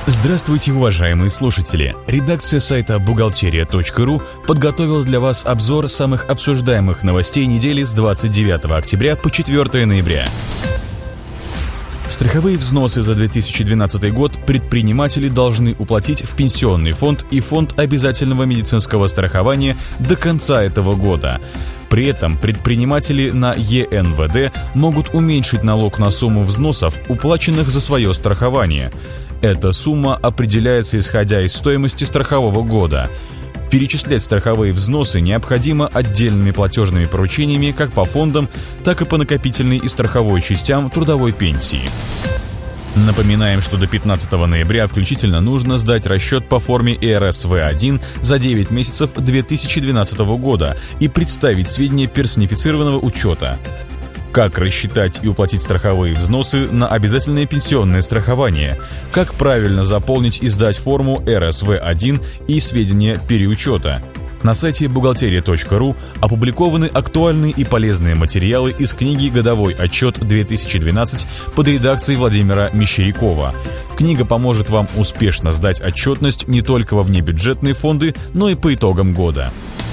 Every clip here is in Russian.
Здравствуйте, уважаемые слушатели! Редакция сайта бухгалтерия.ру подготовила для вас обзор самых обсуждаемых новостей недели с 29 октября по 4 ноября. Страховые взносы за 2012 год предприниматели должны уплатить в Пенсионный фонд и Фонд обязательного медицинского страхования до конца этого года. При этом предприниматели на ЕНВД могут уменьшить налог на сумму взносов, уплаченных за свое страхование. Эта сумма определяется исходя из стоимости страхового года. Перечислять страховые взносы необходимо отдельными платежными поручениями как по фондам, так и по накопительной и страховой частям трудовой пенсии. Напоминаем, что до 15 ноября включительно нужно сдать расчет по форме РСВ-1 за 9 месяцев 2012 года и представить сведения персонифицированного учета. Как рассчитать и уплатить страховые взносы на обязательное пенсионное страхование, как правильно заполнить и сдать форму РСВ-1 и сведения переучета. На сайте бухгалтерия.ру опубликованы актуальные и полезные материалы из книги «Годовой отчет 2012» под редакцией Владимира Мещерякова. Книга поможет вам успешно сдать отчетность не только во внебюджетные фонды, но и по итогам года.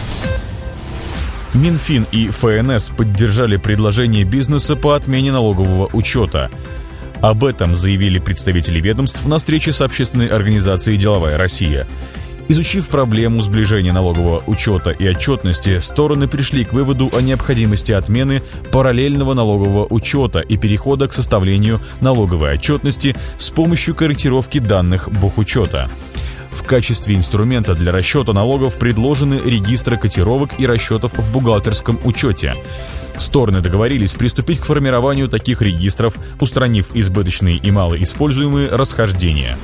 Минфин и ФНС поддержали предложение бизнеса по отмене налогового учета. Об этом заявили представители ведомств на встрече с общественной организацией «Деловая Россия». Изучив проблему сближения налогового учета и отчетности, стороны пришли к выводу о необходимости отмены параллельного налогового учета и перехода к составлению налоговой отчетности с помощью корректировки данных бухучета. В качестве инструмента для расчета налогов предложены регистры котировок и расчетов в бухгалтерском учете. Стороны договорились приступить к формированию таких регистров, устранив избыточные и малоиспользуемые расхождения.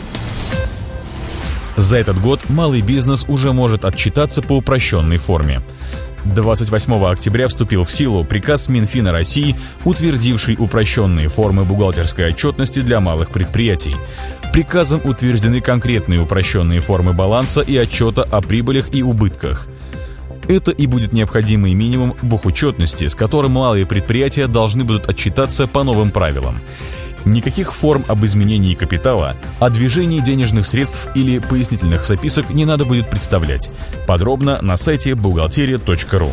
За этот год малый бизнес уже может отчитаться по упрощенной форме. 28 октября вступил в силу приказ Минфина России, утвердивший упрощенные формы бухгалтерской отчетности для малых предприятий. Приказом утверждены конкретные упрощенные формы баланса и отчета о прибылях и убытках. Это и будет необходимый минимум бухучетности, с которым малые предприятия должны будут отчитаться по новым правилам. Никаких форм об изменении капитала, о движении денежных средств или пояснительных записок не надо будет представлять. Подробно на сайте бухгалтерия.ру.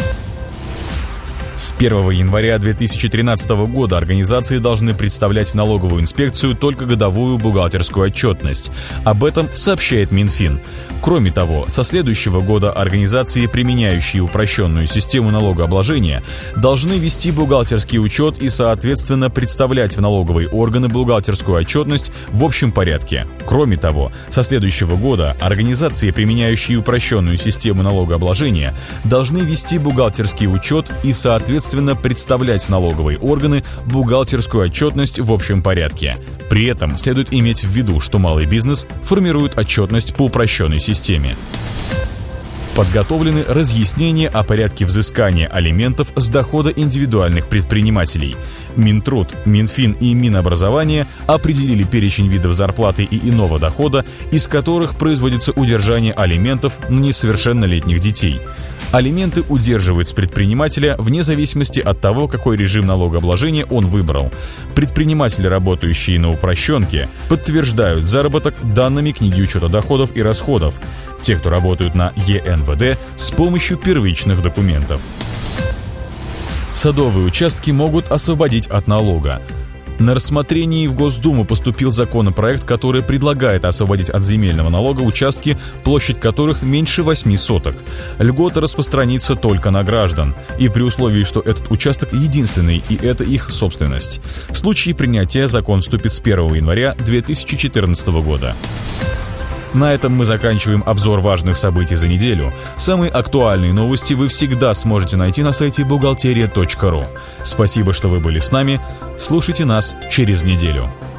С 1 января 2013 года организации должны представлять в налоговую инспекцию только годовую бухгалтерскую отчетность. Об этом сообщает Минфин. Кроме того, со следующего года организации, применяющие упрощенную систему налогообложения, должны вести бухгалтерский учет и, соответственно, представлять в налоговые органы бухгалтерскую отчетность в общем порядке. Кроме того, со следующего года организации, применяющие упрощенную систему налогообложения, должны вести бухгалтерский учет и, соответственно, представлять в налоговые органы бухгалтерскую отчетность в общем порядке. При этом следует иметь в виду, что малый бизнес формирует отчетность по упрощенной системе. Подготовлены разъяснения о порядке взыскания алиментов с дохода индивидуальных предпринимателей. Минтруд, Минфин и Минобразование определили перечень видов зарплаты и иного дохода, из которых производится удержание алиментов на несовершеннолетних детей. Алименты удерживают с предпринимателя вне зависимости от того, какой режим налогообложения он выбрал. Предприниматели, работающие на упрощенке, подтверждают заработок данными книги учета доходов и расходов. Те, кто работают на ЕНВД, с помощью первичных документов. Садовые участки могут освободить от налога. На рассмотрении в Госдуму поступил законопроект, который предлагает освободить от земельного налога участки, площадь которых меньше 8 соток. Льгота распространится только на граждан, и при условии, что этот участок единственный, и это их собственность. В случае принятия закон вступит с 1 января 2014 года. На этом мы заканчиваем обзор важных событий за неделю. Самые актуальные новости вы всегда сможете найти на сайте бухгалтерия.ру. Спасибо, что вы были с нами. Слушайте нас через неделю.